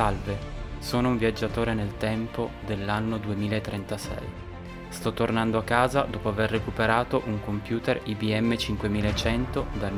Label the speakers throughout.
Speaker 1: Salve, sono un viaggiatore nel tempo dell'anno 2036. Sto tornando a casa dopo aver recuperato un computer IBM 5100 dal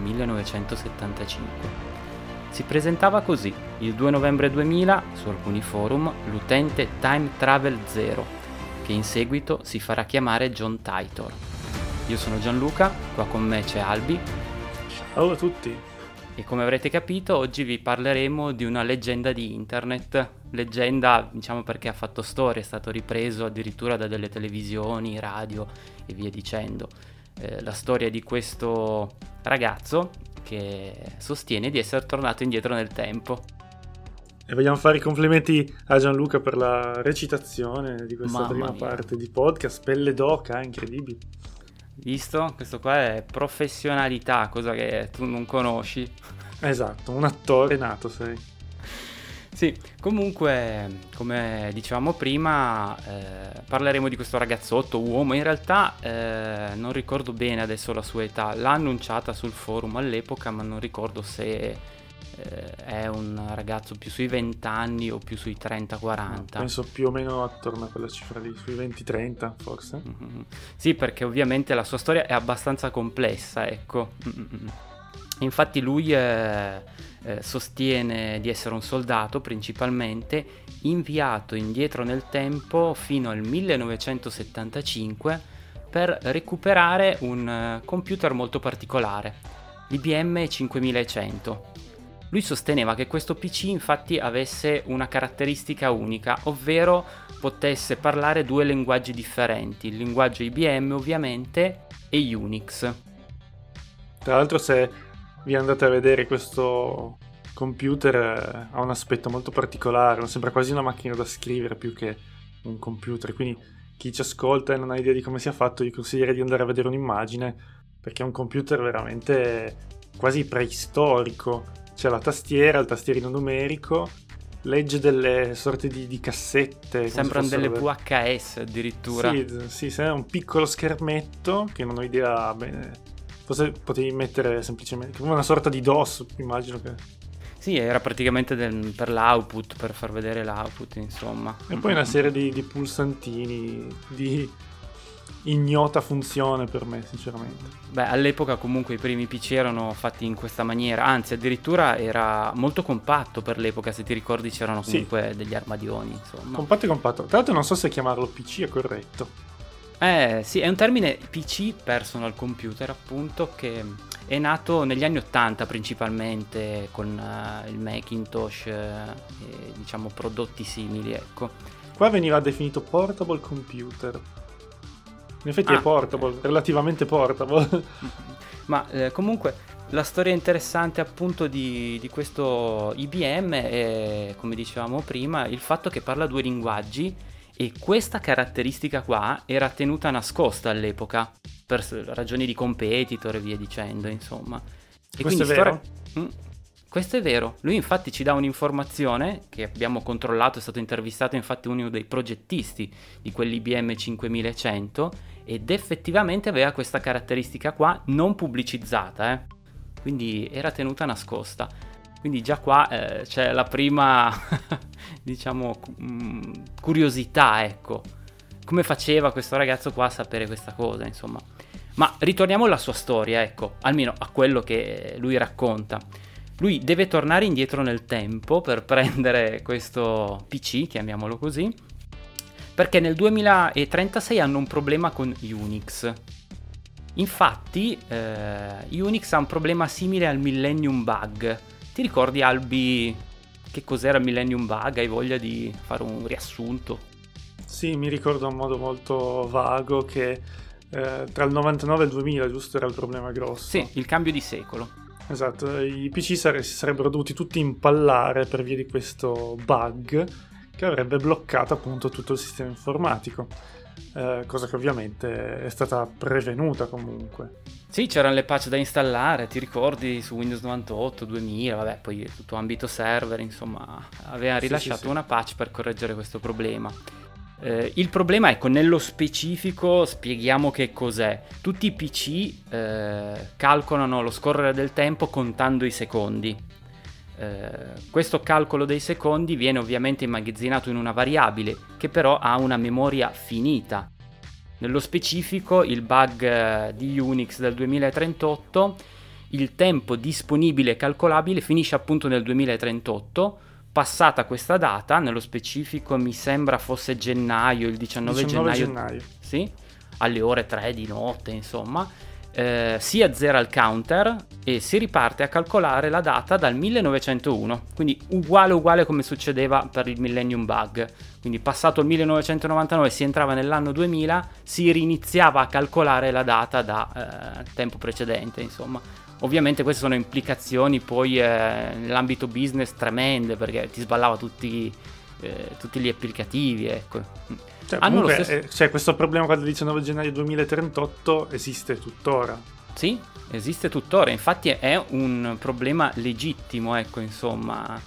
Speaker 1: 1975. Si presentava così, il 2 novembre 2000, su alcuni forum, l'utente Time Travel Zero, che in seguito si farà chiamare John Titor. Io sono Gianluca, qua con me c'è Albi.
Speaker 2: Ciao a tutti.
Speaker 1: E come avrete capito, oggi vi parleremo di una leggenda di internet. Leggenda, diciamo, perché ha fatto storia, è stato ripreso addirittura da delle televisioni, radio e via dicendo. La storia di questo ragazzo che sostiene di essere tornato indietro nel tempo.
Speaker 2: E vogliamo fare i complimenti a Gianluca per la recitazione di questa prima parte di podcast. Pelle d'oca, incredibile.
Speaker 1: Visto? Questo qua è professionalità, cosa che tu non conosci.
Speaker 2: Esatto, un attore nato sei.
Speaker 1: Sì, comunque, come dicevamo prima, parleremo di questo ragazzotto, uomo. In realtà non ricordo bene adesso la sua età. L'ha annunciata sul forum all'epoca, ma non ricordo se è un ragazzo più sui 20 anni o più sui 30-40.
Speaker 2: No, penso più o meno attorno a quella cifra lì, sui 20-30 forse.
Speaker 1: Mm-hmm. Sì, perché ovviamente la sua storia è abbastanza complessa, ecco. Mm-hmm. Infatti lui sostiene di essere un soldato principalmente, inviato indietro nel tempo fino al 1975 per recuperare un computer molto particolare, l'IBM 5100. Lui sosteneva che questo PC infatti avesse una caratteristica unica, ovvero potesse parlare due linguaggi differenti, il linguaggio IBM ovviamente e Unix.
Speaker 2: Tra l'altro, se vi andate a vedere, questo computer ha un aspetto molto particolare, sembra quasi una macchina da scrivere più che un computer, quindi chi ci ascolta e non ha idea di come sia fatto, gli consiglierei di andare a vedere un'immagine, perché è un computer veramente quasi preistorico. C'è la tastiera, il tastierino numerico, legge delle sorte di cassette.
Speaker 1: Sembrano delle VHS addirittura.
Speaker 2: Sì, è un piccolo schermetto che non ho idea bene. Forse potevi mettere semplicemente come una sorta di DOS, immagino che.
Speaker 1: Sì, era praticamente per l'output, per far vedere l'output, insomma.
Speaker 2: E poi una serie di pulsantini di ignota funzione per me, sinceramente.
Speaker 1: Beh, all'epoca comunque i primi PC erano fatti in questa maniera, anzi addirittura era molto compatto per l'epoca, se ti ricordi c'erano comunque degli armadioni, insomma.
Speaker 2: Compatto. Tra l'altro non so se chiamarlo PC è corretto.
Speaker 1: Sì, è un termine PC, personal computer appunto, che è nato negli anni 80 principalmente con il Macintosh e diciamo prodotti simili, ecco.
Speaker 2: Qua veniva definito portable computer. In effetti è portable, relativamente portable.
Speaker 1: Ma comunque la storia interessante appunto di questo IBM è, come dicevamo prima, il fatto che parla due linguaggi, e questa caratteristica qua era tenuta nascosta all'epoca per ragioni di competitor e via dicendo, insomma. E
Speaker 2: questo è vero?
Speaker 1: Questo è vero. Lui infatti ci dà un'informazione che abbiamo controllato, è stato intervistato infatti uno dei progettisti di quell'IBM 5100 ed effettivamente aveva questa caratteristica qua non pubblicizzata, quindi era tenuta nascosta. Quindi già qua c'è la prima diciamo curiosità, ecco. Come faceva questo ragazzo qua a sapere questa cosa, insomma. Ma ritorniamo alla sua storia, ecco, almeno a quello che lui racconta. Lui deve tornare indietro nel tempo per prendere questo PC, chiamiamolo così, perché nel 2036 hanno un problema con Unix. Infatti Unix ha un problema simile al Millennium Bug. Ti ricordi, Albi, che cos'era il Millennium Bug? Hai voglia di fare un riassunto?
Speaker 2: Sì, mi ricordo in modo molto vago che tra il 99 e il 2000, giusto, era il problema grosso.
Speaker 1: Sì, il cambio di secolo.
Speaker 2: Esatto, i PC si sarebbero dovuti tutti impallare per via di questo bug che avrebbe bloccato appunto tutto il sistema informatico, cosa che ovviamente è stata prevenuta comunque.
Speaker 1: Sì, c'erano le patch da installare, ti ricordi, su Windows 98, 2000, vabbè, poi tutto ambito server, insomma, aveva rilasciato una patch per correggere questo problema. Il problema, ecco, nello specifico spieghiamo che cos'è. Tutti i PC calcolano lo scorrere del tempo contando i secondi. Questo calcolo dei secondi viene ovviamente immagazzinato in una variabile che però ha una memoria finita. Nello specifico il bug di Unix del 2038, il tempo disponibile e calcolabile finisce appunto nel 2038. Passata questa data, nello specifico mi sembra fosse gennaio, il 19 gennaio. Sì, alle ore 3 di notte, insomma, si azzera il counter e si riparte a calcolare la data dal 1901, quindi uguale come succedeva per il Millennium Bug. Quindi passato il 1999 si entrava nell'anno 2000, si riniziava a calcolare la data da tempo precedente, insomma. Ovviamente queste sono implicazioni poi nell'ambito business tremende, perché ti sballava tutti gli applicativi, ecco.
Speaker 2: Comunque, questo problema qua del 19 gennaio 2038 esiste tuttora.
Speaker 1: Sì, esiste tuttora, infatti è un problema legittimo, ecco, insomma.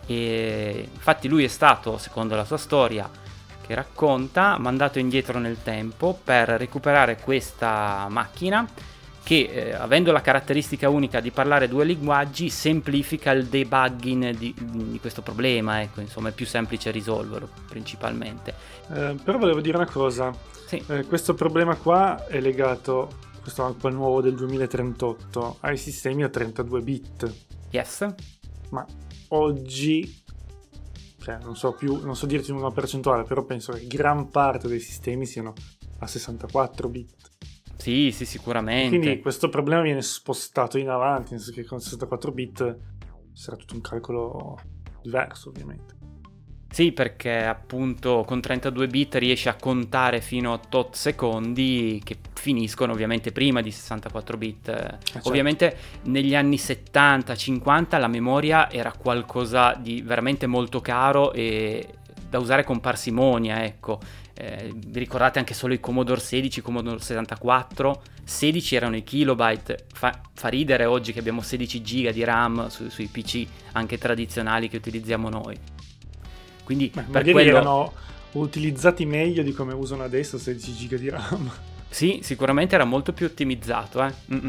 Speaker 1: E infatti lui è stato, secondo la sua storia che racconta, mandato indietro nel tempo per recuperare questa macchina che, avendo la caratteristica unica di parlare due linguaggi, semplifica il debugging di questo problema, ecco, insomma è più semplice risolverlo principalmente.
Speaker 2: Però volevo dire una cosa,
Speaker 1: sì.
Speaker 2: Questo problema qua è legato, questo è quel nuovo del 2038, ai sistemi a 32 bit.
Speaker 1: Yes.
Speaker 2: Ma oggi, cioè, non so dirti una percentuale, però penso che gran parte dei sistemi siano a 64 bit.
Speaker 1: Sì, sicuramente.
Speaker 2: Quindi questo problema viene spostato in avanti, nel senso che con 64 bit sarà tutto un calcolo diverso, ovviamente.
Speaker 1: Sì, perché appunto con 32 bit riesci a contare fino a tot secondi che finiscono ovviamente prima di 64 bit.
Speaker 2: Certo.
Speaker 1: Ovviamente negli anni 70-50 la memoria era qualcosa di veramente molto caro e da usare con parsimonia, ecco. Vi ricordate anche solo i Commodore 16, Commodore 64? 16 erano i kilobyte. Fa ridere oggi che abbiamo 16 giga di RAM sui PC anche tradizionali che utilizziamo noi. Quindi per quello
Speaker 2: erano utilizzati meglio di come usano adesso 16 giga di RAM.
Speaker 1: Sì, sicuramente era molto più ottimizzato,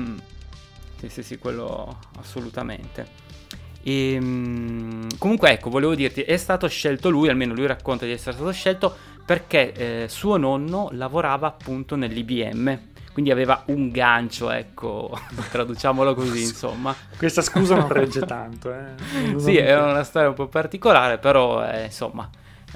Speaker 1: Sì, quello assolutamente. E comunque ecco, volevo dirti, è stato scelto lui, almeno lui racconta di essere stato scelto perché suo nonno lavorava appunto nell'IBM, quindi aveva un gancio, ecco, traduciamolo così, insomma.
Speaker 2: Questa scusa non regge tanto,
Speaker 1: Sì, è una storia un po' particolare, però insomma,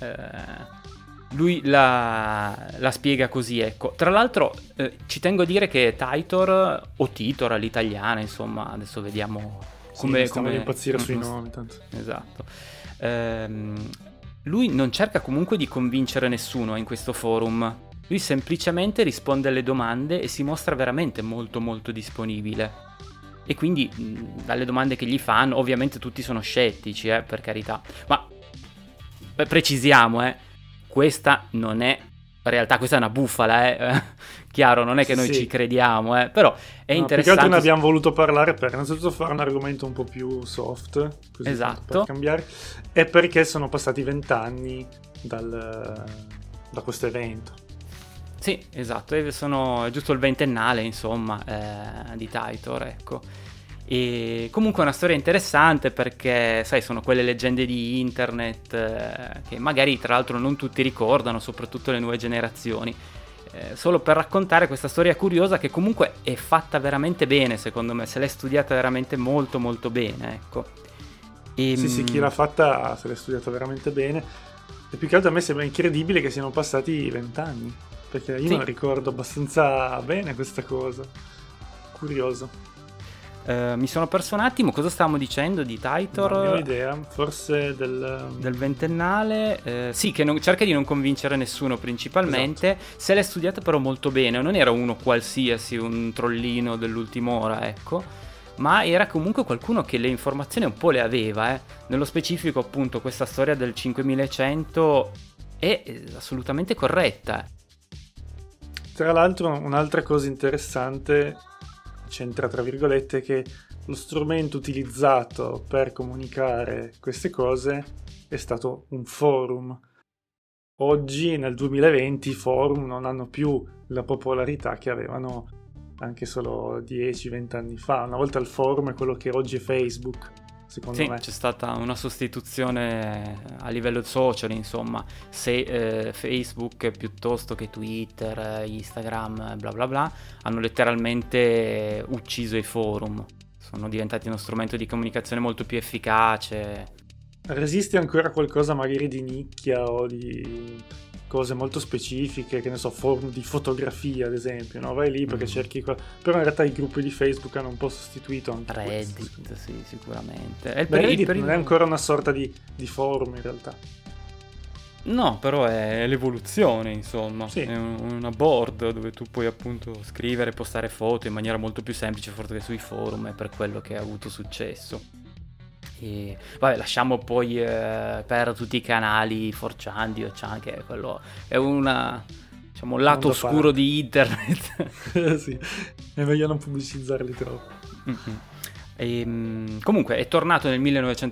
Speaker 1: lui la spiega così, ecco. Tra l'altro ci tengo a dire che Titor, o Titor all'italiana, insomma, adesso vediamo come
Speaker 2: impazzire sui nomi, tanto.
Speaker 1: Esatto. Lui non cerca comunque di convincere nessuno in questo forum. Lui semplicemente risponde alle domande e si mostra veramente molto molto disponibile. E quindi dalle domande che gli fanno, ovviamente tutti sono scettici, per carità. Ma precisiamo, questa non è realtà, questa è una bufala, chiaro, non è che noi ci crediamo, però è interessante.
Speaker 2: Più che altro ne abbiamo voluto parlare per innanzitutto fare un argomento un po' più soft, così
Speaker 1: esatto,
Speaker 2: per cambiare, e perché sono passati 20 anni da questo evento.
Speaker 1: Sì, esatto, è giusto il ventennale, insomma, di Titor, ecco. E comunque è una storia interessante perché, sai, sono quelle leggende di internet che magari tra l'altro non tutti ricordano, soprattutto le nuove generazioni. Solo per raccontare questa storia curiosa che comunque è fatta veramente bene, secondo me, se l'è studiata veramente molto molto bene, ecco.
Speaker 2: Sì, chi l'ha fatta se l'è studiata veramente bene. E più che altro a me sembra incredibile che siano passati 20 anni, perché io non ricordo abbastanza bene questa cosa. Curioso.
Speaker 1: Mi sono perso un attimo, cosa stavamo dicendo di Titor?
Speaker 2: Non ho idea, forse del
Speaker 1: ventennale. Sì, che cerca di non convincere nessuno principalmente.
Speaker 2: Esatto.
Speaker 1: Se l'è studiata però molto bene, non era uno qualsiasi, un trollino dell'ultima ora, ecco, ma era comunque qualcuno che le informazioni un po' le aveva. Nello specifico appunto questa storia del 5100 è assolutamente corretta.
Speaker 2: Tra l'altro un'altra cosa interessante, c'entra tra virgolette, che lo strumento utilizzato per comunicare queste cose è stato un forum. Oggi nel 2020 i forum non hanno più la popolarità che avevano anche solo 10-20 anni fa. Una volta il forum è quello che oggi è Facebook, secondo me.
Speaker 1: C'è stata una sostituzione a livello social, insomma, se Facebook piuttosto che Twitter, Instagram, bla bla bla, hanno letteralmente ucciso i forum, sono diventati uno strumento di comunicazione molto più efficace.
Speaker 2: Resiste ancora qualcosa magari di nicchia o di cose molto specifiche, che ne so, forum di fotografia ad esempio, no? Vai lì perché cerchi però in realtà i gruppi di Facebook hanno un po' sostituito anche
Speaker 1: Reddit,
Speaker 2: questo.
Speaker 1: sì, sicuramente.
Speaker 2: Reddit non è ancora una sorta di forum in realtà.
Speaker 1: No, però è l'evoluzione, insomma.
Speaker 2: Sì.
Speaker 1: È una board dove tu puoi appunto scrivere, postare foto in maniera molto più semplice, forse che sui forum, è per quello che ha avuto successo. E vabbè, lasciamo poi per tutti i canali 4chan, 2chan, che quello è un lato oscuro di internet.
Speaker 2: Sì, è meglio non pubblicizzarli troppo.
Speaker 1: Comunque è tornato nel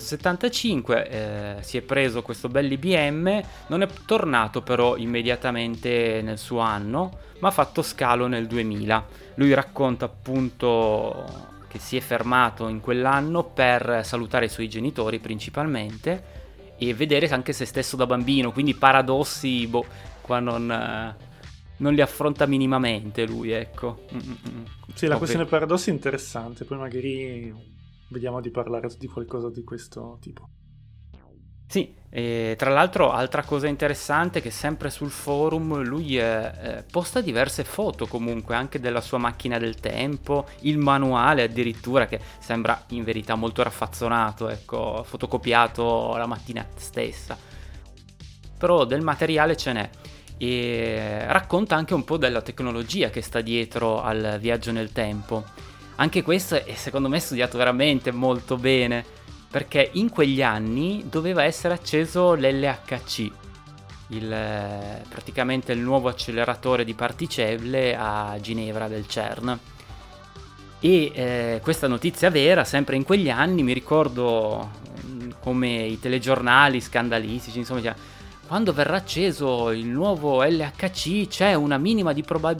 Speaker 1: 1975, si è preso questo bell'IBM, non è tornato però immediatamente nel suo anno, ma ha fatto scalo nel 2000. Lui racconta appunto che si è fermato in quell'anno per salutare i suoi genitori principalmente e vedere anche se stesso da bambino, quindi paradossi qua non li affronta minimamente lui, ecco.
Speaker 2: Sì, la questione paradossi è interessante, poi magari vediamo di parlare di qualcosa di questo tipo.
Speaker 1: Sì, e tra l'altro altra cosa interessante è che sempre sul forum lui posta diverse foto comunque anche della sua macchina del tempo, il manuale addirittura, che sembra in verità molto raffazzonato, ecco, fotocopiato la mattina stessa, però del materiale ce n'è. E racconta anche un po' della tecnologia che sta dietro al viaggio nel tempo. Anche questo è secondo me studiato veramente molto bene, perché in quegli anni doveva essere acceso l'LHC, praticamente il nuovo acceleratore di particelle a Ginevra del CERN. E questa notizia vera, sempre in quegli anni, mi ricordo come i telegiornali scandalistici, insomma, quando verrà acceso il nuovo LHC c'è una minima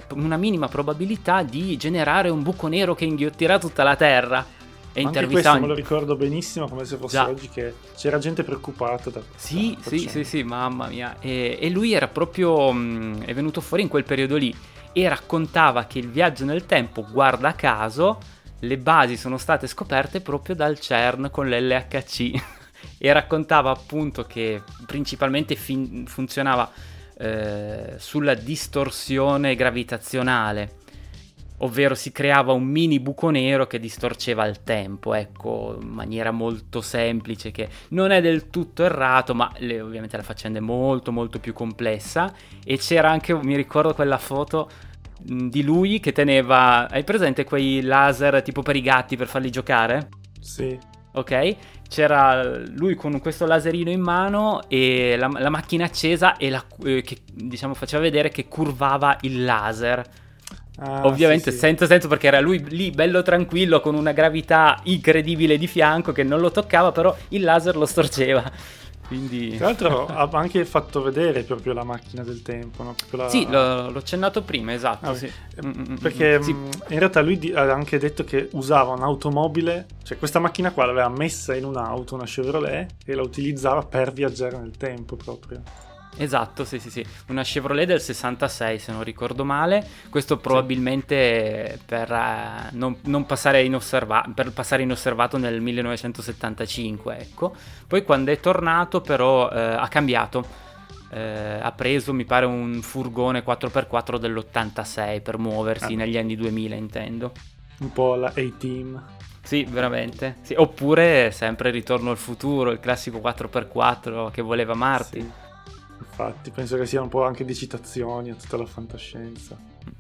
Speaker 1: probabilità di generare un buco nero che inghiottirà tutta la Terra. E
Speaker 2: anche questo me lo ricordo benissimo, come se fosse oggi, che c'era gente preoccupata
Speaker 1: sì, mamma mia. E lui era proprio è venuto fuori in quel periodo lì e raccontava che il viaggio nel tempo, guarda caso, le basi sono state scoperte proprio dal CERN con l'LHC. E raccontava appunto che principalmente funzionava sulla distorsione gravitazionale, ovvero si creava un mini buco nero che distorceva il tempo, ecco, in maniera molto semplice, che non è del tutto errato, ma ovviamente la faccenda è molto molto più complessa. E c'era anche, mi ricordo quella foto di lui che teneva, hai presente quei laser tipo per i gatti per farli giocare?
Speaker 2: Sì.
Speaker 1: Ok? C'era lui con questo laserino in mano e la macchina accesa e che diciamo faceva vedere che curvava il laser. Ovviamente sì. Senza senso, perché era lui lì bello tranquillo con una gravità incredibile di fianco che non lo toccava, però il laser lo storceva. Quindi... Tra
Speaker 2: l'altro ha anche fatto vedere proprio la macchina del tempo, no?
Speaker 1: Sì, l'ho accennato prima, esatto. Sì.
Speaker 2: Perché sì. In realtà lui ha anche detto che usava un'automobile, cioè questa macchina qua l'aveva messa in un'auto, una Chevrolet, e la utilizzava per viaggiare nel tempo proprio.
Speaker 1: Esatto, sì, una Chevrolet del 66 se non ricordo male, questo probabilmente per non passare per passare inosservato nel 1975, ecco. Poi quando è tornato però ha cambiato, ha preso mi pare un furgone 4x4 dell'86 per muoversi negli anni 2000, intendo.
Speaker 2: Un po' la A-Team.
Speaker 1: Sì, veramente. Sì. Oppure sempre Ritorno al futuro, il classico 4x4 che voleva Marty.
Speaker 2: Sì. Infatti, penso che sia un po' anche di citazioni a tutta la fantascienza.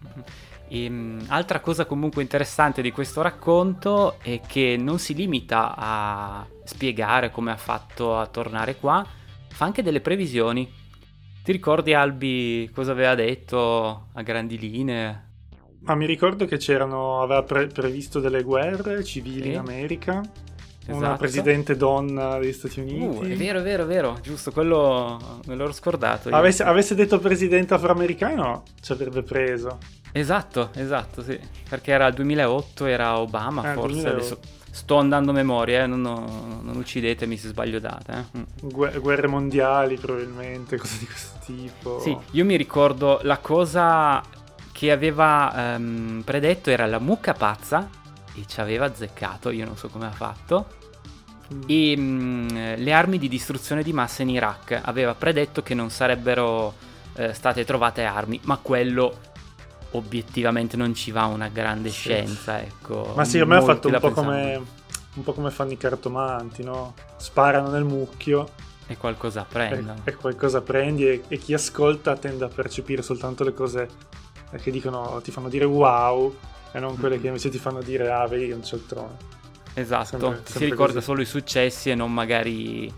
Speaker 1: Altra cosa comunque interessante di questo racconto è che non si limita a spiegare come ha fatto a tornare qua, fa anche delle previsioni. Ti ricordi, Albi, cosa aveva detto a grandi linee?
Speaker 2: Ma mi ricordo che aveva previsto delle guerre civili in America. Esatto. Una presidente donna degli Stati Uniti.
Speaker 1: È vero, giusto, quello me l'ho scordato.
Speaker 2: Avesse detto presidente afroamericano ci avrebbe preso.
Speaker 1: Esatto, sì, perché era il 2008, era Obama, forse
Speaker 2: 2008.
Speaker 1: adesso sto andando a memoria, non uccidetemi se sbaglio date.
Speaker 2: Guerre mondiali probabilmente, cose di questo tipo.
Speaker 1: Sì, io mi ricordo la cosa che aveva predetto era la mucca pazza, e ci aveva azzeccato, io non so come ha fatto. E le armi di distruzione di massa in Iraq, aveva predetto che non sarebbero state trovate armi, ma quello obiettivamente non ci va una grande scienza, ecco.
Speaker 2: Ma sì, a me ha fatto un po' come fanno i cartomanti, no? Sparano nel mucchio
Speaker 1: e qualcosa prendono.
Speaker 2: E qualcosa prendi, e chi ascolta tende a percepire soltanto le cose che dicono, ti fanno dire wow, e non quelle che invece ti fanno dire ah, vedi, un cialtrone.
Speaker 1: Esatto, si ricorda così. Solo i successi e non magari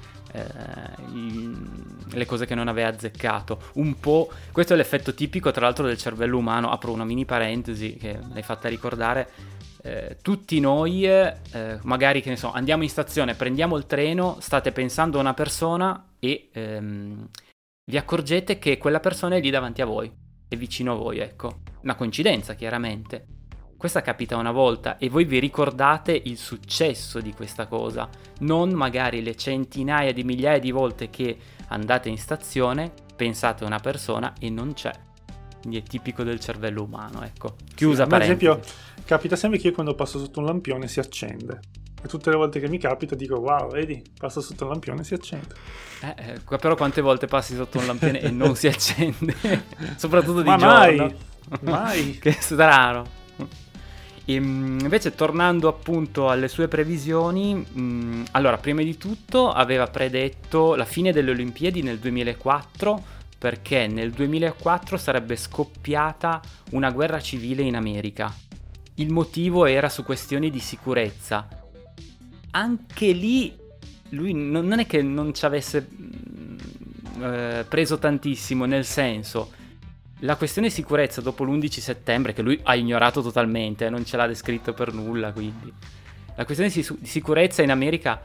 Speaker 1: le cose che non aveva azzeccato. Un po', questo è l'effetto tipico tra l'altro del cervello umano. Apro una mini parentesi che l'hai fatta ricordare. Tutti noi magari, che ne so, andiamo in stazione, prendiamo il treno, state pensando a una persona e vi accorgete che quella persona è lì davanti a voi, è vicino a voi, ecco. Una coincidenza, chiaramente. Questa capita una volta e voi vi ricordate il successo di questa cosa, non magari le centinaia di migliaia di volte che andate in stazione, pensate a una persona e non c'è. Quindi è tipico del cervello umano, ecco. Chiusa parentesi.
Speaker 2: Ad esempio, capita sempre che io quando passo sotto un lampione si accende. E tutte le volte che mi capita dico wow, vedi, passo sotto un lampione e si accende.
Speaker 1: Però quante volte passi sotto un lampione e non si accende? Soprattutto di giorno.
Speaker 2: Mai!
Speaker 1: Che strano. Invece, tornando appunto alle sue previsioni, allora, prima di tutto aveva predetto la fine delle Olimpiadi nel 2004, perché nel 2004 sarebbe scoppiata una guerra civile in America. Il motivo era su questioni di sicurezza. Anche lì lui non è che non ci avesse preso tantissimo, nel senso, la questione sicurezza dopo l'11 settembre, che lui ha ignorato totalmente, non ce l'ha descritto per nulla, quindi la questione di sicurezza in America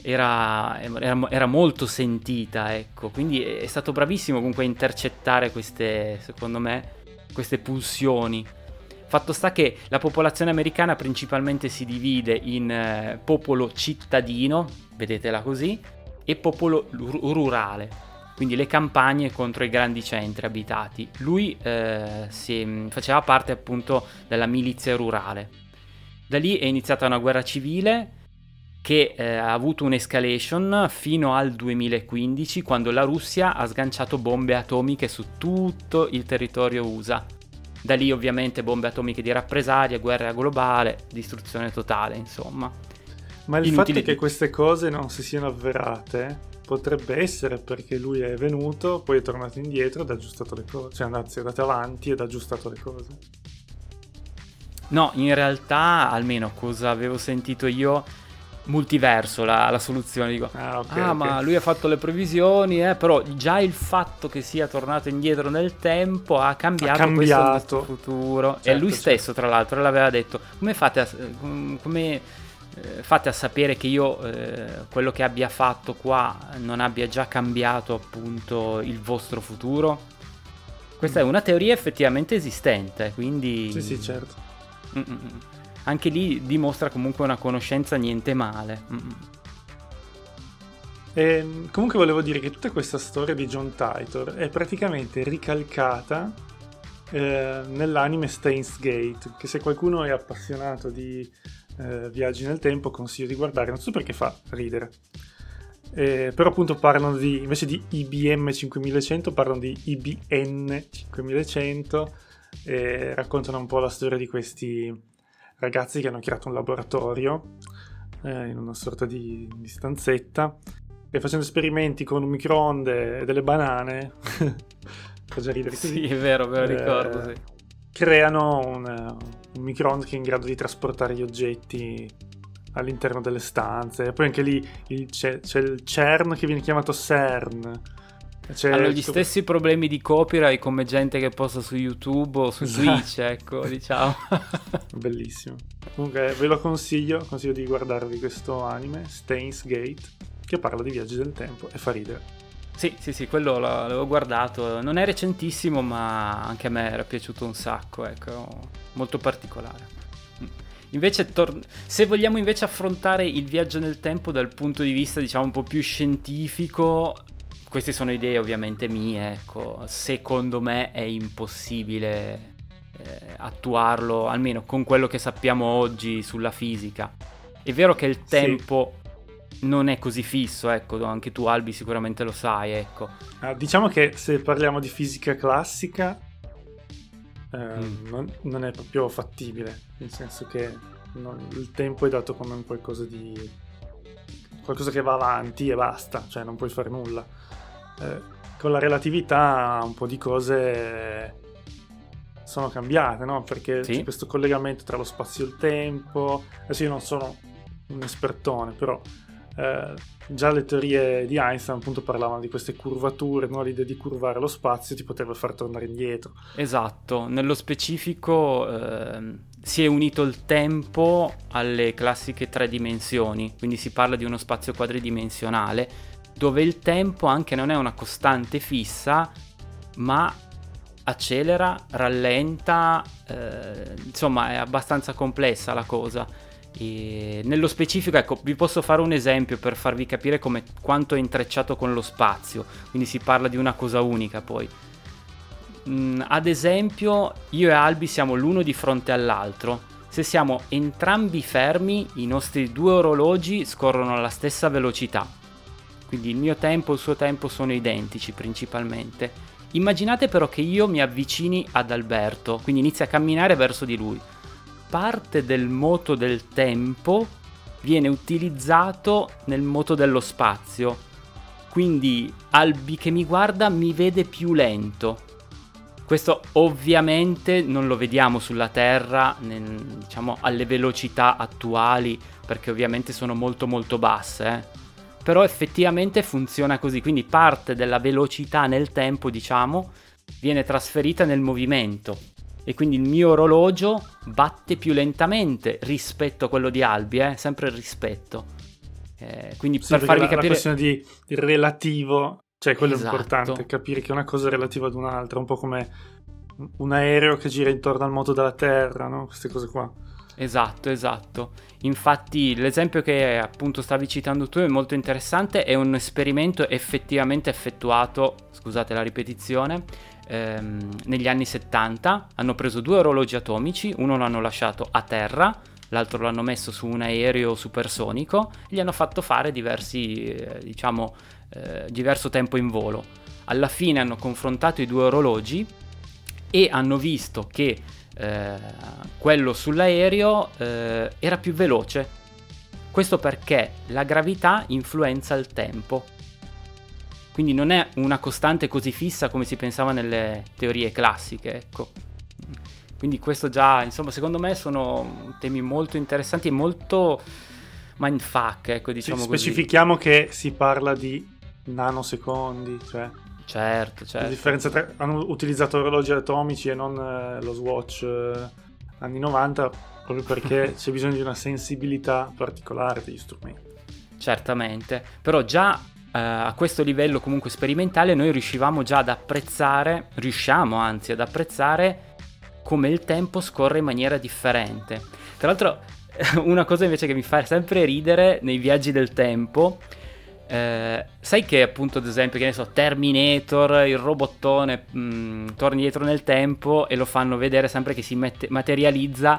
Speaker 1: era molto sentita, ecco, quindi è stato bravissimo comunque a intercettare queste, secondo me, queste pulsioni. Fatto sta che la popolazione americana principalmente si divide in popolo cittadino, vedetela così, e popolo rurale. Quindi le campagne contro i grandi centri abitati. Lui faceva parte appunto della milizia rurale. Da lì è iniziata una guerra civile che ha avuto un'escalation fino al 2015, quando la Russia ha sganciato bombe atomiche su tutto il territorio USA. Da lì ovviamente bombe atomiche di rappresaglia, guerra globale, distruzione totale, insomma.
Speaker 2: Ma il fatto che queste cose non si siano avverate potrebbe essere perché lui è venuto, poi è tornato indietro ed ha aggiustato le cose, cioè anzi è andato avanti ed ha aggiustato le cose.
Speaker 1: No, in realtà, almeno cosa avevo sentito io, multiverso la soluzione. Dico,
Speaker 2: okay.
Speaker 1: Ma lui ha fatto le previsioni, però già il fatto che sia tornato indietro nel tempo ha cambiato. Questo il nostro futuro. Certo, e lui stesso, tra l'altro, l'aveva detto, come fate a sapere che io quello che abbia fatto qua non abbia già cambiato appunto il vostro futuro? Questa è una teoria effettivamente esistente, quindi
Speaker 2: sì, certo.
Speaker 1: Anche lì dimostra comunque una conoscenza niente male.
Speaker 2: E comunque volevo dire che tutta questa storia di John Titor è praticamente ricalcata nell'anime Steins Gate, che se qualcuno è appassionato di viaggi nel tempo consiglio di guardare, non so perché fa ridere, però appunto parlano invece di IBM 5100 parlano di IBN 5100 e raccontano un po' la storia di questi ragazzi che hanno creato un laboratorio in una sorta di stanzetta e facendo esperimenti con un microonde e delle banane fa già ridere così.
Speaker 1: Sì, è vero, me lo ricordo, sì.
Speaker 2: Creano un microonde che è in grado di trasportare gli oggetti all'interno delle stanze. E poi anche lì c'è il CERN che viene chiamato CERN.
Speaker 1: Hanno gli stessi problemi di copyright come gente che posta su YouTube o su Twitch, ecco, diciamo.
Speaker 2: Bellissimo. Comunque ve lo consiglio di guardarvi questo anime, Steins Gate, che parla di viaggi del tempo e fa ridere.
Speaker 1: Sì, quello l'avevo guardato, non è recentissimo ma anche a me era piaciuto un sacco, ecco, molto particolare. Invece, se vogliamo invece affrontare il viaggio nel tempo dal punto di vista, diciamo, un po' più scientifico, queste sono idee ovviamente mie, ecco. Secondo me è impossibile attuarlo, almeno con quello che sappiamo oggi sulla fisica. È vero che il tempo non è così fisso, ecco, anche tu Albi sicuramente lo sai, ecco.
Speaker 2: Diciamo che se parliamo di fisica classica non è proprio fattibile, nel senso che il tempo è dato come un qualcosa che va avanti e basta, cioè non puoi fare nulla. Con la relatività un po' di cose sono cambiate, no? Perché c'è questo collegamento tra lo spazio e il tempo. Adesso io non sono un espertone, però già le teorie di Einstein appunto parlavano di queste curvature, no? L'idea di curvare lo spazio ti poteva far tornare indietro.
Speaker 1: Esatto, nello specifico si è unito il tempo alle classiche 3 dimensioni, quindi si parla di uno spazio quadridimensionale dove il tempo anche non è una costante fissa, ma accelera, rallenta, insomma è abbastanza complessa la cosa. E nello specifico, ecco, vi posso fare un esempio per farvi capire quanto è intrecciato con lo spazio, quindi si parla di una cosa unica poi. Ad esempio, io e Albi siamo l'uno di fronte all'altro. Se siamo entrambi fermi, i nostri 2 orologi scorrono alla stessa velocità, quindi il mio tempo e il suo tempo sono identici principalmente. Immaginate però che io mi avvicini ad Alberto, quindi inizio a camminare verso di lui. Parte del moto del tempo viene utilizzato nel moto dello spazio, quindi Albi che mi guarda mi vede più lento. Questo ovviamente non lo vediamo sulla Terra, diciamo alle velocità attuali, perché ovviamente sono molto molto basse, Però effettivamente funziona così, quindi parte della velocità nel tempo, diciamo, viene trasferita nel movimento. E quindi il mio orologio batte più lentamente rispetto a quello di Albi, sempre il rispetto. Quindi per farvi capire...
Speaker 2: la questione di relativo, cioè quello
Speaker 1: esatto.
Speaker 2: È importante, capire che una cosa è relativa ad un'altra, un po' come un aereo che gira intorno al moto della Terra, no? Queste cose qua.
Speaker 1: Esatto. Infatti l'esempio che appunto stavi citando tu è molto interessante, è un esperimento effettivamente effettuato, scusate la ripetizione, negli anni 70. Hanno preso 2 orologi atomici, uno l'hanno lasciato a terra, l'altro l'hanno messo su un aereo supersonico e gli hanno fatto fare diverso tempo in volo. Alla fine hanno confrontato i 2 orologi e hanno visto che quello sull'aereo era più veloce. Questo perché la gravità influenza il tempo, quindi non è una costante così fissa come si pensava nelle teorie classiche, ecco. Quindi questo già, insomma, secondo me sono temi molto interessanti e molto mindfuck, ecco, diciamo così.
Speaker 2: Specifichiamo che si parla di nanosecondi, cioè
Speaker 1: certo.
Speaker 2: La differenza hanno utilizzato orologi atomici e non lo Swatch anni 90, proprio perché c'è bisogno di una sensibilità particolare degli strumenti.
Speaker 1: Certamente, però già a questo livello comunque sperimentale noi riusciamo ad apprezzare come il tempo scorre in maniera differente. Tra l'altro una cosa invece che mi fa sempre ridere nei viaggi del tempo, sai che appunto ad esempio, che ne so, Terminator, il robottone torna indietro nel tempo e lo fanno vedere sempre che si materializza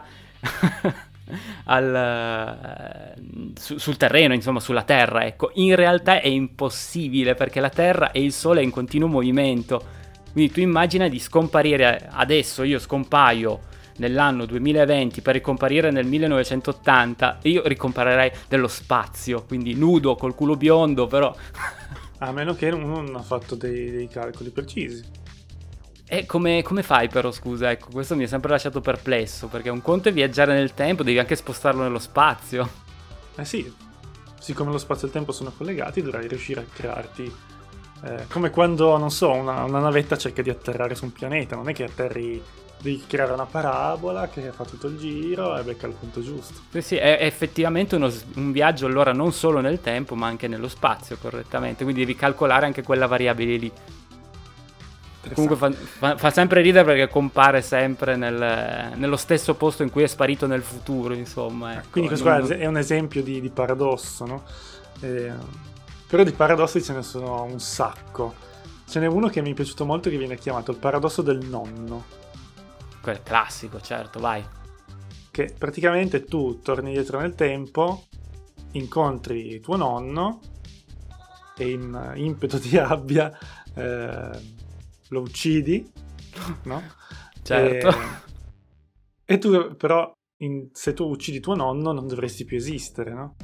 Speaker 1: sul terreno, insomma sulla Terra, ecco. In realtà è impossibile perché la Terra e il Sole è in continuo movimento, quindi tu immagina di scomparire adesso, io scompaio nell'anno 2020 per ricomparire nel 1980 e io ricomparirei dello spazio, quindi nudo col culo biondo, però
Speaker 2: a meno che uno non ha fatto dei calcoli precisi.
Speaker 1: E come fai però, scusa, ecco, questo mi ha sempre lasciato perplesso, perché un conto è viaggiare nel tempo, devi anche spostarlo nello spazio.
Speaker 2: Sì, siccome lo spazio e il tempo sono collegati, dovrai riuscire a crearti come quando, non so, una navetta cerca di atterrare su un pianeta, non è che atterri, devi creare una parabola che fa tutto il giro e becca il punto giusto.
Speaker 1: Sì, è effettivamente un viaggio allora non solo nel tempo ma anche nello spazio, correttamente, quindi devi calcolare anche quella variabile lì. Comunque fa sempre ridere perché compare sempre nello stesso posto in cui è sparito nel futuro, insomma. Ecco.
Speaker 2: Quindi questo è un esempio di paradosso, no? Però di paradossi ce ne sono un sacco. Ce n'è uno che mi è piaciuto molto che viene chiamato il paradosso del nonno.
Speaker 1: Quel classico, certo, vai.
Speaker 2: Che praticamente tu torni indietro nel tempo, incontri tuo nonno e in impeto di rabbia lo uccidi, no?
Speaker 1: Certo.
Speaker 2: E tu però, se tu uccidi tuo nonno non dovresti più esistere, no?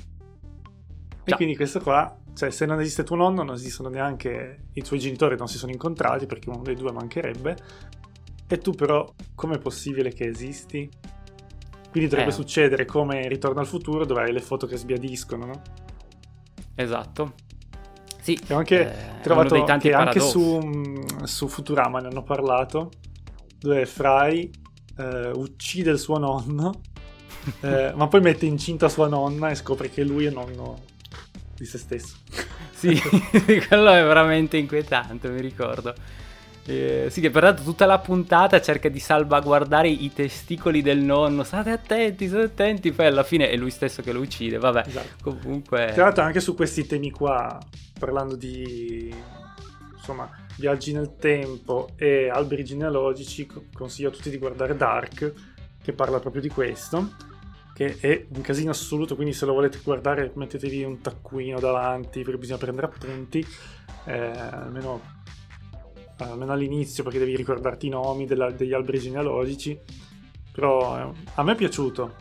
Speaker 2: E quindi questo qua, cioè se non esiste tuo nonno non esistono neanche i tuoi genitori, non si sono incontrati perché uno dei due mancherebbe, e tu però com'è possibile che esisti? Quindi dovrebbe succedere come Ritorno al futuro, dove hai le foto che sbiadiscono, no?
Speaker 1: Esatto. Sì,
Speaker 2: ho anche trovato dei tanti che anche su Futurama ne hanno parlato, dove Fry uccide il suo nonno, ma poi mette incinta sua nonna e scopre che lui è nonno di se stesso.
Speaker 1: Sì, quello è veramente inquietante, mi ricordo. Sì, che peraltro tutta la puntata cerca di salvaguardare i testicoli del nonno. State attenti, poi alla fine è lui stesso che lo uccide, vabbè. Esatto. Comunque...
Speaker 2: Tra l'altro anche su questi temi qua, parlando di, insomma, viaggi nel tempo e alberi genealogici, consiglio a tutti di guardare Dark, che parla proprio di questo, che è un casino assoluto, quindi se lo volete guardare mettetevi un taccuino davanti perché bisogna prendere appunti, almeno all'inizio, perché devi ricordarti i nomi degli alberi genealogici. Però a me è piaciuto,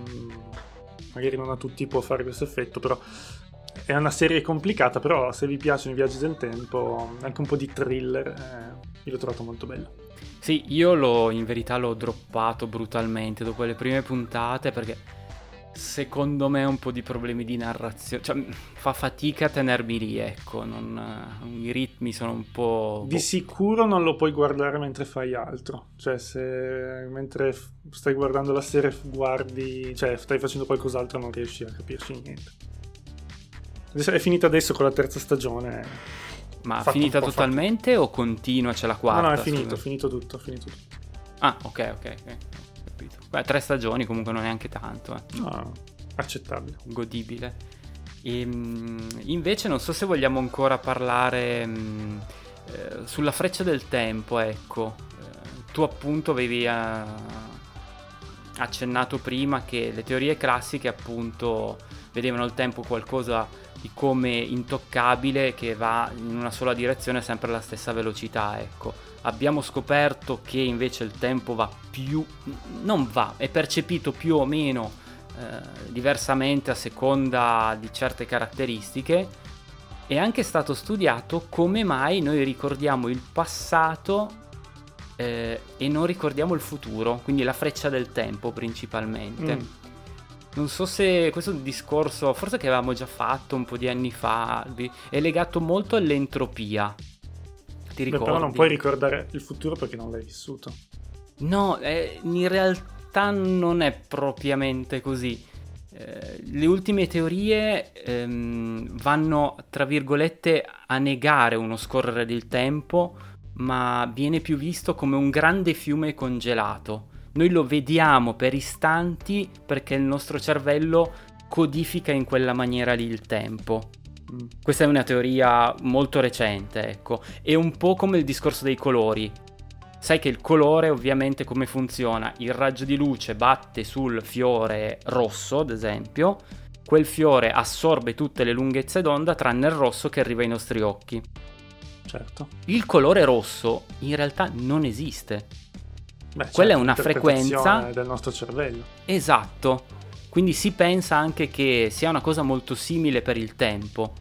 Speaker 2: magari non a tutti può fare questo effetto, però è una serie complicata, però se vi piacciono i viaggi del tempo, anche un po' di thriller, io l'ho trovato molto bello.
Speaker 1: Sì, io in verità l'ho droppato brutalmente dopo le prime puntate perché secondo me un po' di problemi di narrazione, cioè fa fatica a tenermi lì, ecco, i ritmi sono un po'...
Speaker 2: Di sicuro non lo puoi guardare mentre fai altro, cioè se mentre stai guardando la serie cioè stai facendo qualcos'altro non riesci a capirci niente. Adesso è finita adesso con la terza stagione.
Speaker 1: Ma finita totalmente o continua, c'è la quarta?
Speaker 2: No, è finito tutto.
Speaker 1: Ah, ok. Capito. Beh, 3 stagioni comunque non è neanche tanto.
Speaker 2: No, accettabile.
Speaker 1: Godibile. Invece non so se vogliamo ancora parlare sulla freccia del tempo, ecco. Tu appunto avevi accennato prima che le teorie classiche appunto vedevano il tempo qualcosa di come intoccabile che va in una sola direzione sempre alla stessa velocità, ecco. Abbiamo scoperto che invece il tempo è percepito più o meno diversamente a seconda di certe caratteristiche. È anche stato studiato come mai noi ricordiamo il passato e non ricordiamo il futuro, quindi la freccia del tempo principalmente. Non so se questo è un discorso forse che avevamo già fatto un po' di anni fa, è legato molto all'entropia. Ti ricordi?
Speaker 2: Però non puoi ricordare il futuro perché non l'hai vissuto.
Speaker 1: No, in realtà non è propriamente così. Le ultime teorie vanno, tra virgolette, a negare uno scorrere del tempo, ma viene più visto come un grande fiume congelato. Noi lo vediamo per istanti perché il nostro cervello codifica in quella maniera lì il tempo. Questa è una teoria molto recente, ecco. È un po' come il discorso dei colori. Sai che il colore ovviamente come funziona? Il raggio di luce batte sul fiore rosso, ad esempio, quel fiore assorbe tutte le lunghezze d'onda tranne il rosso che arriva ai nostri occhi.
Speaker 2: Certo.
Speaker 1: Il colore rosso in realtà non esiste.
Speaker 2: Beh,
Speaker 1: quella è una frequenza
Speaker 2: del nostro cervello.
Speaker 1: Esatto. Quindi si pensa anche che sia una cosa molto simile per il tempo.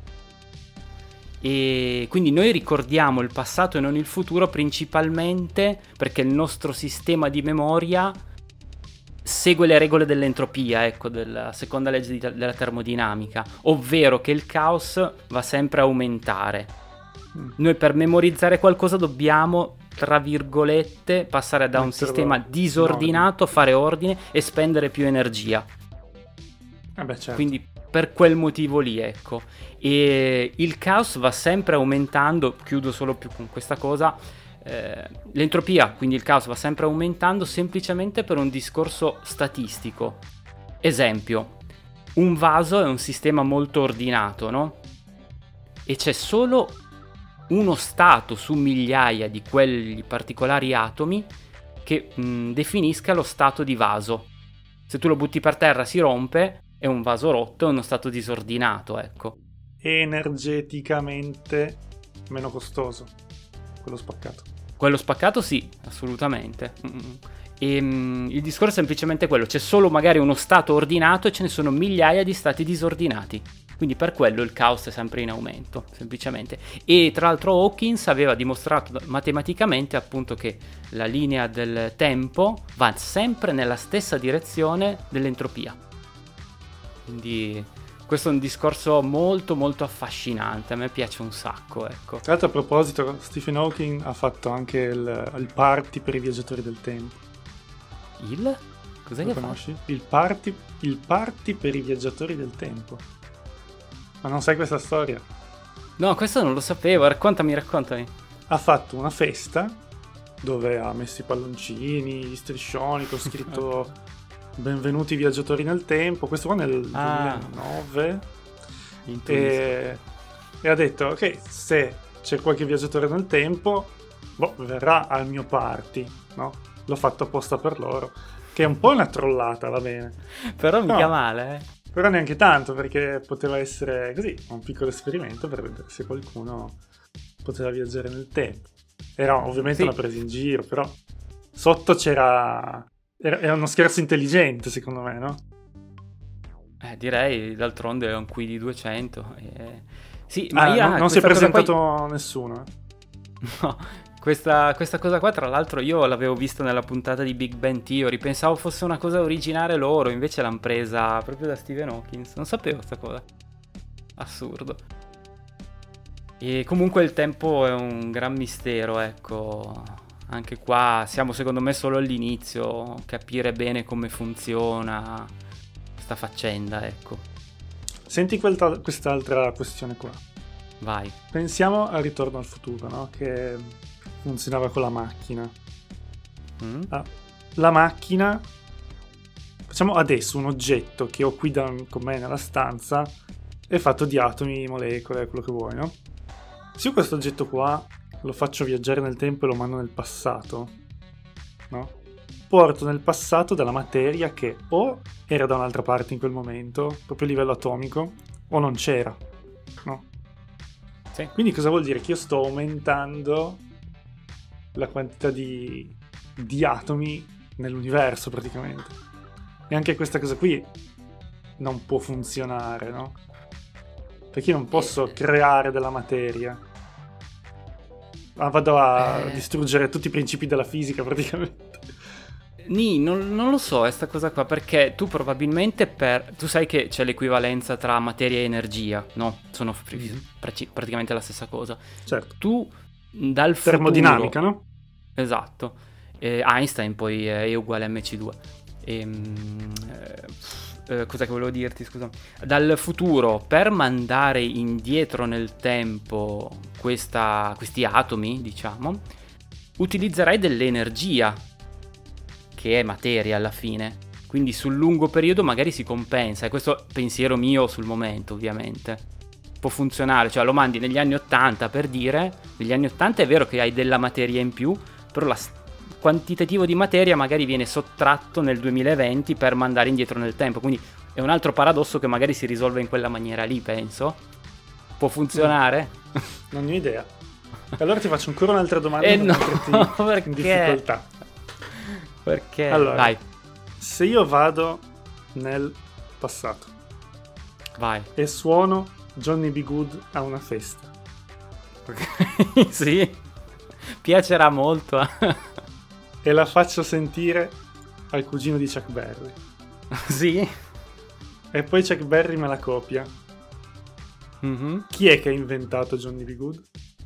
Speaker 1: E quindi noi ricordiamo il passato e non il futuro principalmente perché il nostro sistema di memoria segue le regole dell'entropia, ecco, della seconda legge della termodinamica, ovvero che il caos va sempre a aumentare. Noi per memorizzare qualcosa dobbiamo, tra virgolette, passare da un sistema disordinato, fare ordine e spendere più energia.
Speaker 2: Certo.
Speaker 1: Quindi per quel motivo lì, ecco. E il caos va sempre aumentando, chiudo solo più con questa cosa, L'entropia, quindi il caos, va sempre aumentando semplicemente per un discorso statistico. Esempio, un vaso è un sistema molto ordinato, no? E c'è solo uno stato su migliaia di quegli particolari atomi che definisca lo stato di vaso. Se tu lo butti per terra si rompe, è un vaso rotto, è uno stato disordinato, ecco.
Speaker 2: Energeticamente meno costoso quello spaccato.
Speaker 1: Quello spaccato sì, assolutamente. Il discorso è semplicemente quello, c'è solo magari uno stato ordinato e ce ne sono migliaia di stati disordinati. Quindi per quello il caos è sempre in aumento, semplicemente. E tra l'altro Hawkins aveva dimostrato matematicamente appunto che la linea del tempo va sempre nella stessa direzione dell'entropia. Quindi questo è un discorso molto molto affascinante, a me piace un sacco, ecco.
Speaker 2: Tra l'altro, a proposito, Stephen Hawking ha fatto anche il party per i viaggiatori del tempo.
Speaker 1: Cos'è
Speaker 2: Lo
Speaker 1: che
Speaker 2: conosci? Il party per i viaggiatori del tempo. Ma non sai questa storia?
Speaker 1: No, questo non lo sapevo, raccontami.
Speaker 2: Ha fatto una festa dove ha messo i palloncini, gli striscioni con scritto benvenuti viaggiatori nel tempo. Questo qua nel 2009. E ha detto, ok, se c'è qualche viaggiatore nel tempo, verrà al mio party, no? L'ho fatto apposta per loro. Che è un po' una trollata, va bene.
Speaker 1: Però mica male, eh.
Speaker 2: Però neanche tanto, perché poteva essere così, un piccolo esperimento per vedere se qualcuno poteva viaggiare nel tempo. Era ovviamente una presa in giro, però sotto era uno scherzo intelligente, secondo me, no?
Speaker 1: Direi, d'altronde è un qui di 200. Sì, ma
Speaker 2: non si è presentato nessuno.
Speaker 1: No, questa cosa qua, tra l'altro, io l'avevo vista nella puntata di Big Bang Theory, pensavo fosse una cosa originale loro, invece l'hanno presa proprio da Stephen Hawking. Non sapevo sta cosa. Assurdo. E comunque il tempo è un gran mistero, ecco. Anche qua siamo secondo me solo all'inizio, capire bene come funziona questa faccenda, ecco. Senti
Speaker 2: quest'altra questione qua.
Speaker 1: Vai.
Speaker 2: Pensiamo al Ritorno al futuro, no? Che funzionava con la macchina. La macchina, facciamo adesso un oggetto che ho qui con me nella stanza, è fatto di atomi, molecole, quello che vuoi, no? Se io questo oggetto qua lo faccio viaggiare nel tempo e lo mando nel passato, no? Porto nel passato della materia che o era da un'altra parte in quel momento, proprio a livello atomico, o non c'era, no?
Speaker 1: Sì.
Speaker 2: Quindi cosa vuol dire? Che io sto aumentando la quantità di atomi nell'universo praticamente. E anche questa cosa qui non può funzionare, no? Perché io non posso creare della materia. Vado a distruggere tutti i principi della fisica praticamente.
Speaker 1: Non lo so questa cosa qua, perché tu probabilmente tu sai che c'è l'equivalenza tra materia e energia, no? Sono praticamente la stessa cosa.
Speaker 2: Certo.
Speaker 1: Tu dal futuro...
Speaker 2: Termodinamica, no?
Speaker 1: Esatto. Einstein poi è uguale a mc2. Cos'è che volevo dirti, scusa? Dal futuro, per mandare indietro nel tempo questi atomi, diciamo, utilizzerai dell'energia, che è materia alla fine. Quindi sul lungo periodo magari si compensa. E questo pensiero mio sul momento, ovviamente. Può funzionare, cioè lo mandi negli anni 80, per dire. Negli anni 80 è vero che hai della materia in più, però quantitativo di materia magari viene sottratto nel 2020 per mandare indietro nel tempo. Quindi è un altro paradosso che magari si risolve in quella maniera lì, penso. Può funzionare?
Speaker 2: Non ho idea. Allora ti faccio ancora un'altra domanda
Speaker 1: per perché?
Speaker 2: In difficoltà.
Speaker 1: Perché?
Speaker 2: Allora,
Speaker 1: vai.
Speaker 2: Se io vado nel passato,
Speaker 1: vai,
Speaker 2: e suono Johnny B. Good a una festa,
Speaker 1: sì, piacerà molto.
Speaker 2: E la faccio sentire al cugino di Chuck Berry,
Speaker 1: sì,
Speaker 2: e poi Chuck Berry me la copia, chi è che ha inventato Johnny B. Good?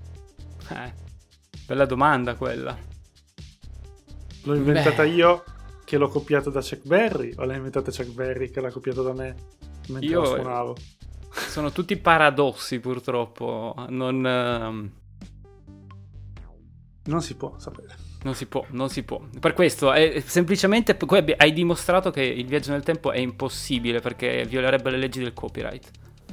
Speaker 1: Bella domanda quella.
Speaker 2: L'ho inventata io che l'ho copiato da Chuck Berry, o l'ha inventata Chuck Berry che l'ha copiato da me mentre lo suonavo?
Speaker 1: Sono tutti paradossi, purtroppo.
Speaker 2: Non si può sapere.
Speaker 1: Non si può. Per questo è semplicemente hai dimostrato che il viaggio nel tempo è impossibile perché violerebbe le leggi del copyright.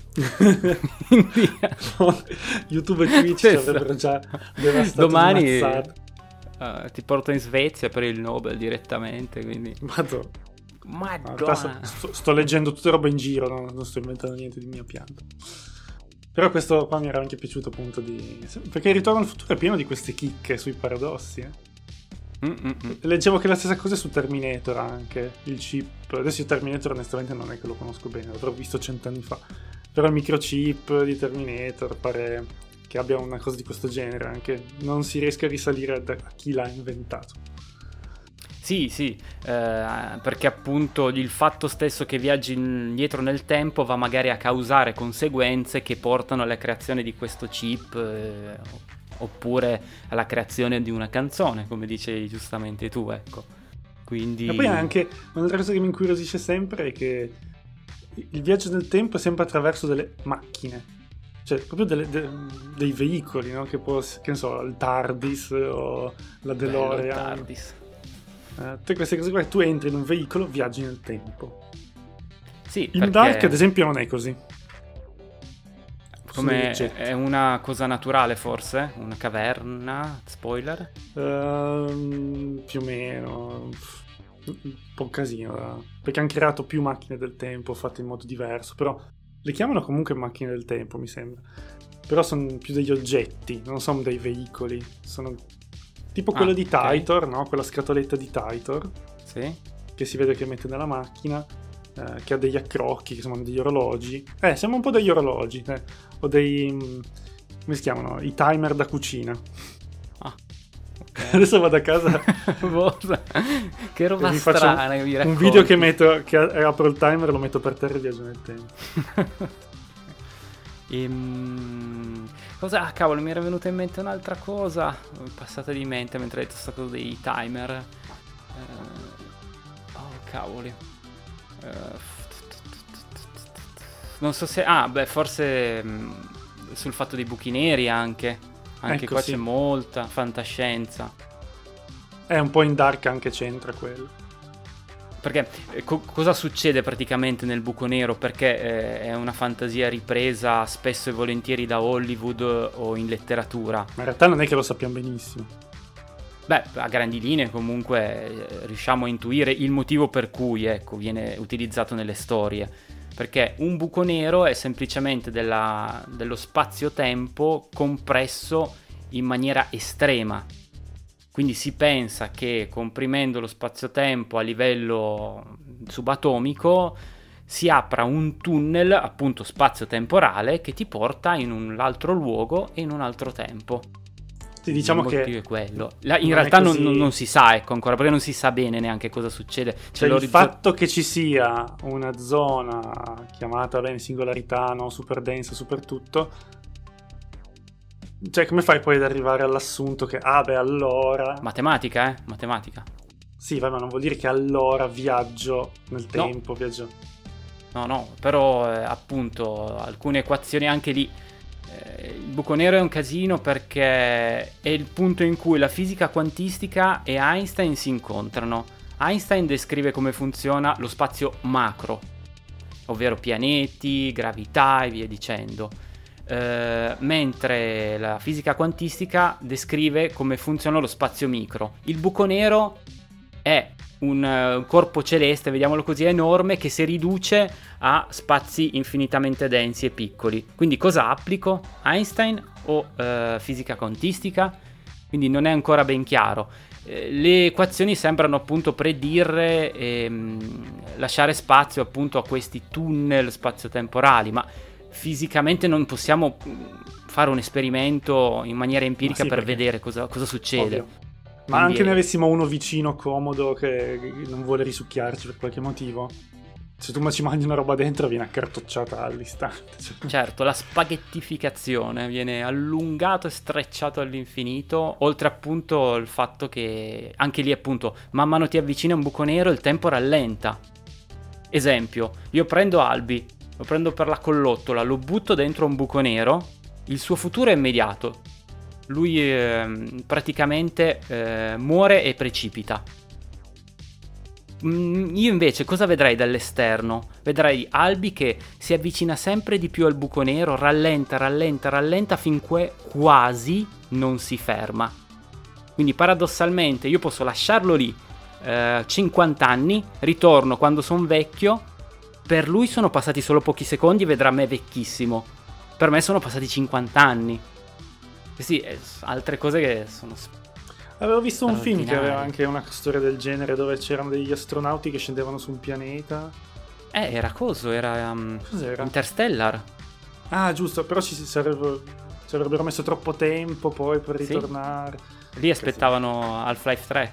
Speaker 2: No, YouTube e Twitch ci avrebbero già devastato.
Speaker 1: Domani ti porto in Svezia per il Nobel direttamente, quindi
Speaker 2: Madonna. Sto leggendo tutte robe in giro, no? Non sto inventando niente di mio pianto. Però questo qua mi era anche piaciuto appunto perché il Ritorno al futuro è pieno di queste chicche sui paradossi, Leggevo che la stessa cosa è su Terminator anche, il chip. Adesso io Terminator onestamente non è che lo conosco bene, l'avrò visto 100 anni fa. Però il microchip di Terminator pare che abbia una cosa di questo genere, anche non si riesca a risalire a chi l'ha inventato.
Speaker 1: Sì, perché appunto il fatto stesso che viaggi indietro nel tempo va magari a causare conseguenze che portano alla creazione di questo chip, oppure alla creazione di una canzone, come dicevi giustamente tu, ecco. Quindi...
Speaker 2: E poi anche un'altra cosa che mi incuriosisce sempre è che il viaggio nel tempo è sempre attraverso delle macchine, cioè proprio dei veicoli, no? Che ne so, il TARDIS o la DeLorean.
Speaker 1: Il TARDIS.
Speaker 2: Tutte queste cose qua, tu entri in un veicolo, viaggi nel tempo.
Speaker 1: Sì,
Speaker 2: in Dark ad esempio non è così.
Speaker 1: Come è una cosa naturale forse? Una caverna? Spoiler?
Speaker 2: Più o meno. Un po' un casino, perché hanno creato più macchine del tempo fatte in modo diverso, però le chiamano comunque macchine del tempo, mi sembra. Però sono più degli oggetti, non sono dei veicoli. Sono tipo quello di Titor, no? Quella scatoletta di Titor.
Speaker 1: Sì.
Speaker 2: Che si vede che mette nella macchina, che ha degli accrocchi, che sono degli orologi. Siamo un po' degli orologi, o dei... come si chiamano? I timer da cucina. Okay. Adesso vado a casa.
Speaker 1: Che roba strana che mi racconti.
Speaker 2: Un video che metto, che apro il timer, lo metto per terra e viaggio nel tempo.
Speaker 1: Cavolo, mi era venuta in mente un'altra cosa, mi è passata di mente mentre hai detto questa cosa dei timer. Cavoli. Non so se... forse sul fatto dei buchi neri anche. Anche
Speaker 2: ecco,
Speaker 1: qua
Speaker 2: sì.
Speaker 1: C'è molta fantascienza.
Speaker 2: Un po' in Dark anche c'entra quello.
Speaker 1: Perché cosa succede praticamente nel buco nero? Perché è una fantasia ripresa spesso e volentieri da Hollywood o in letteratura.
Speaker 2: Ma in realtà non è che lo sappiamo benissimo.
Speaker 1: Beh, a grandi linee comunque riusciamo a intuire il motivo per cui, ecco, viene utilizzato nelle storie. Perché un buco nero è semplicemente dello spazio-tempo compresso in maniera estrema. Quindi si pensa che comprimendo lo spazio-tempo a livello subatomico si apra un tunnel, appunto spazio-temporale, che ti porta in un altro luogo e in un altro tempo.
Speaker 2: Sì, diciamo che
Speaker 1: è quello. In realtà non si sa, ecco, ancora, perché non si sa bene neanche cosa succede.
Speaker 2: Cioè il fatto che ci sia una zona chiamata singolarità, no? Super densa, super tutto. Cioè, come fai poi ad arrivare all'assunto che, allora...
Speaker 1: Matematica.
Speaker 2: Sì, ma non vuol dire che allora viaggio nel tempo, viaggio...
Speaker 1: No, però appunto alcune equazioni anche lì... il buco nero è un casino perché è il punto in cui la fisica quantistica e Einstein si incontrano. Einstein descrive come funziona lo spazio macro, ovvero pianeti, gravità e via dicendo, mentre la fisica quantistica descrive come funziona lo spazio micro. Il buco nero è un corpo celeste, vediamolo così, enorme, che si riduce a spazi infinitamente densi e piccoli. Quindi cosa applico? Einstein o fisica quantistica? Quindi non è ancora ben chiaro. Le equazioni sembrano appunto predire e lasciare spazio appunto a questi tunnel spazio-temporali, ma fisicamente non possiamo fare un esperimento in maniera empirica per vedere cosa succede.
Speaker 2: Ovvio. Ma anche ne avessimo uno vicino comodo che non vuole risucchiarci per qualche motivo, se tu ci mangi una roba dentro viene accartocciata all'istante.
Speaker 1: Certo, la spaghettificazione viene allungato e strecciato all'infinito, oltre appunto il fatto che anche lì appunto man mano ti avvicini a un buco nero il tempo rallenta. Esempio, io prendo Albi, lo prendo per la collottola, lo butto dentro un buco nero, il suo futuro è immediato. lui praticamente muore e precipita. Io invece cosa vedrei dall'esterno? Vedrei Albi che si avvicina sempre di più al buco nero, rallenta finché quasi non si ferma. Quindi paradossalmente io posso lasciarlo lì 50 anni, ritorno quando sono vecchio, per lui sono passati solo pochi secondi e vedrà me vecchissimo. Per me sono passati 50 anni. Sì, altre cose che sono
Speaker 2: Avevo visto un film che aveva anche una storia del genere, dove c'erano degli astronauti che scendevano su un pianeta.
Speaker 1: Era cos'era? Interstellar.
Speaker 2: Ah, giusto, però ci avrebbero messo troppo tempo poi per ritornare.
Speaker 1: Lì aspettavano Half-Life 3.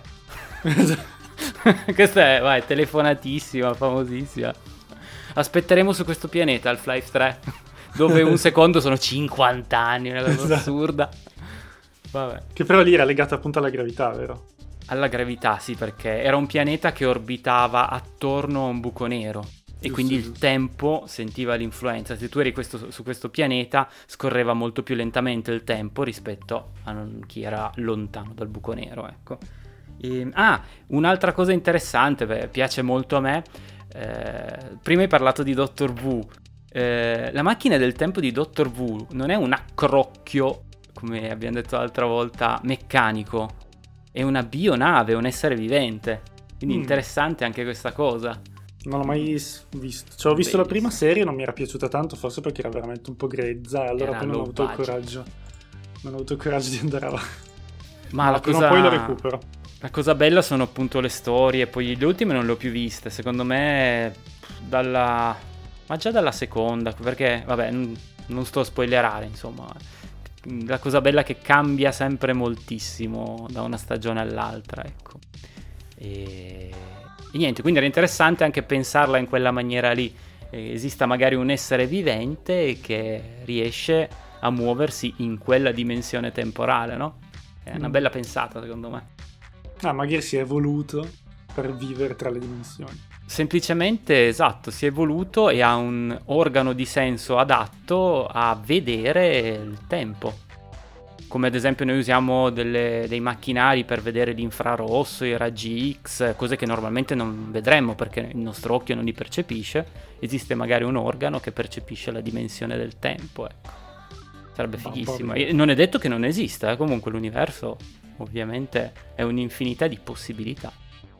Speaker 1: Questa è telefonatissima, famosissima. Aspetteremo su questo pianeta Half-Life 3, dove un secondo sono 50 anni, una cosa assurda. Vabbè.
Speaker 2: Che però lì era legata appunto alla gravità, vero?
Speaker 1: Alla gravità, sì, perché era un pianeta che orbitava attorno a un buco nero. E quindi il tempo sentiva l'influenza. Se tu eri su questo pianeta, scorreva molto più lentamente il tempo rispetto a chi era lontano dal buco nero, ecco. Un'altra cosa interessante, piace molto a me. Prima hai parlato di Dr. Who. La macchina del tempo di Dr. Who non è un accrocchio, come abbiamo detto l'altra volta, meccanico. È una bionave, un essere vivente. Quindi interessante anche questa cosa.
Speaker 2: Non l'ho mai visto. Cioè, ho visto la prima serie, non mi era piaciuta tanto, forse perché era veramente un po' grezza, e allora poi non ho avuto il coraggio. Non ho avuto il coraggio di andare avanti.
Speaker 1: Ma
Speaker 2: prima o poi lo recupero.
Speaker 1: La cosa bella sono appunto le storie, poi le ultime non le ho più viste, secondo me ma già dalla seconda, perché vabbè, non sto a spoilerare, insomma. La cosa bella è che cambia sempre moltissimo da una stagione all'altra, ecco. E niente, quindi era interessante anche pensarla in quella maniera lì. Esista magari un essere vivente che riesce a muoversi in quella dimensione temporale, no? È una bella pensata, secondo me.
Speaker 2: Magari si è evoluto per vivere tra le dimensioni.
Speaker 1: Semplicemente, esatto, si è evoluto e ha un organo di senso adatto a vedere il tempo. Come ad esempio noi usiamo dei macchinari per vedere l'infrarosso, i raggi X, cose che normalmente non vedremmo perché il nostro occhio non li percepisce. Esiste magari un organo che percepisce la dimensione del tempo, ecco. Sarebbe fighissimo. E non è detto che non esista, comunque l'universo ovviamente è un'infinità di possibilità.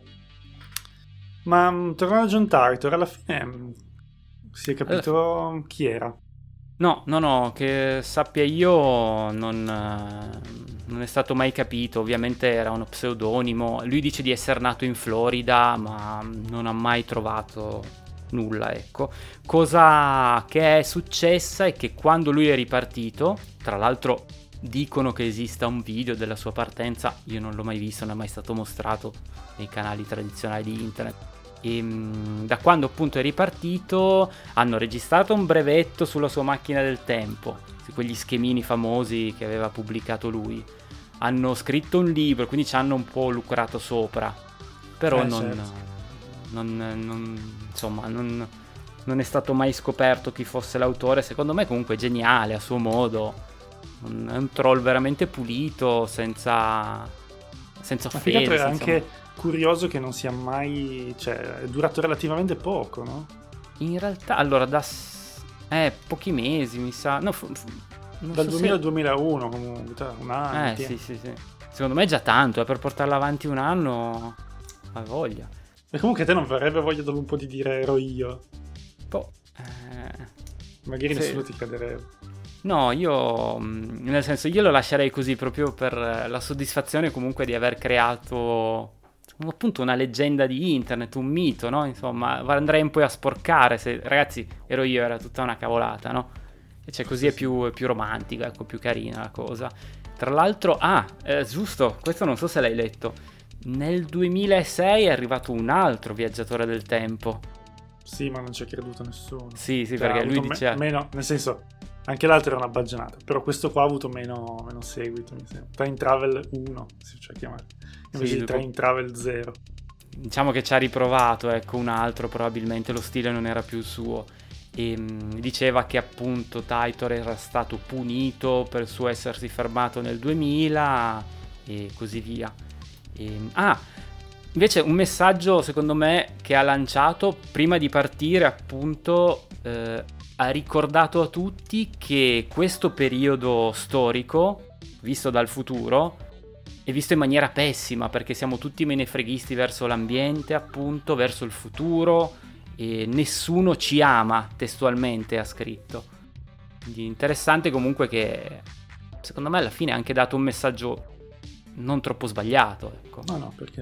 Speaker 2: Ma tornando a John Titor, alla fine si è capito chi era?
Speaker 1: No, che sappia io non è stato mai capito. Ovviamente era uno pseudonimo. Lui dice di essere nato in Florida, ma non ha mai trovato nulla, ecco. Cosa che è successa è che quando lui è ripartito, tra l'altro dicono che esista un video della sua partenza, io non l'ho mai visto, non è mai stato mostrato nei canali tradizionali di internet. E da quando appunto è ripartito hanno registrato un brevetto sulla sua macchina del tempo, su quegli schemini famosi che aveva pubblicato lui. Hanno scritto un libro, quindi ci hanno un po' lucrato sopra, però non è stato mai scoperto chi fosse l'autore. Secondo me comunque è geniale a suo modo, è un troll veramente pulito, senza offese.
Speaker 2: È anche curioso che non sia mai, cioè è durato relativamente poco, no?
Speaker 1: In realtà, allora, da pochi mesi, mi sa. No,
Speaker 2: dal 2000 al 2001 comunque, un anno.
Speaker 1: Sì. Secondo me è già tanto, per portarla avanti un anno, ha voglia.
Speaker 2: E comunque a te non verrebbe voglia dopo un po' di dire ero io? Magari nessuno ti crederebbe.
Speaker 1: No, nel senso, io lo lascerei così proprio per la soddisfazione comunque di aver creato appunto una leggenda di internet, un mito, no? Insomma, andrei un po' a sporcare se, ragazzi, ero io, era tutta una cavolata, no? E cioè così è più romantica, ecco, più carina la cosa. Tra l'altro, giusto, questo non so se l'hai letto, nel 2006 è arrivato un altro viaggiatore del tempo.
Speaker 2: Sì, ma non ci ha creduto nessuno.
Speaker 1: Sì, perché lui diceva...
Speaker 2: meno, nel senso, anche l'altro era una baggianata, però questo qua ha avuto meno seguito, mi sembra. Time Travel 1 si faceva chiamare, invece di Time Travel 0.
Speaker 1: Diciamo che ci ha riprovato, ecco, un altro, probabilmente lo stile non era più il suo. e diceva che appunto Taitor era stato punito per il suo essersi fermato nel 2000 e così via. Invece un messaggio secondo me che ha lanciato prima di partire, appunto ha ricordato a tutti che questo periodo storico visto dal futuro è visto in maniera pessima, perché siamo tutti menefreghisti verso l'ambiente, appunto, verso il futuro, e nessuno ci ama, testualmente ha scritto. Quindi interessante comunque che secondo me alla fine ha anche dato un messaggio non troppo sbagliato, ecco.
Speaker 2: No, perché?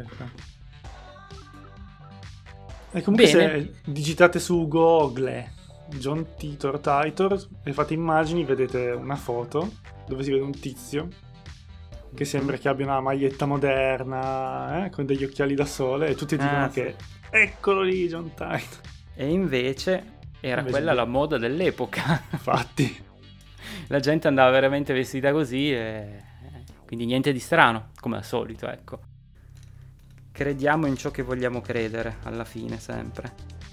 Speaker 2: E comunque
Speaker 1: Bene.
Speaker 2: se digitate su Google John Titor Taitor e fate immagini, vedete una foto dove si vede un tizio che sembra che abbia una maglietta moderna, con degli occhiali da sole, e tutti dicono che eccolo lì John Titor.
Speaker 1: E invece era quella la moda dell'epoca.
Speaker 2: Infatti.
Speaker 1: La gente andava veramente vestita così e quindi niente di strano, come al solito, ecco. Crediamo in ciò che vogliamo credere, alla fine, sempre.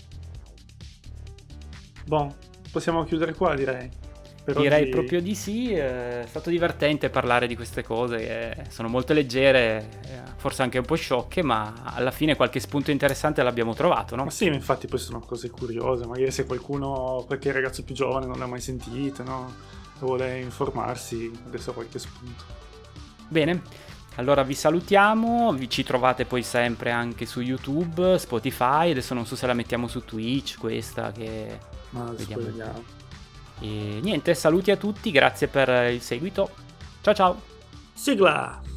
Speaker 2: Bon, possiamo chiudere qua, direi.
Speaker 1: Direi proprio di sì, è stato divertente parlare di queste cose che sono molto leggere, forse anche un po' sciocche, ma alla fine qualche spunto interessante l'abbiamo trovato, no?
Speaker 2: Ma sì, infatti poi sono cose curiose, magari se qualcuno, qualche ragazzo più giovane non le ha mai sentite, no? Vuole informarsi, adesso ha qualche spunto.
Speaker 1: Bene, allora vi salutiamo, ci trovate poi sempre anche su YouTube, Spotify, adesso non so se la mettiamo su Twitch questa che...
Speaker 2: Ma vediamo.
Speaker 1: E niente, saluti a tutti, grazie per il seguito. Ciao ciao.
Speaker 2: Sigla!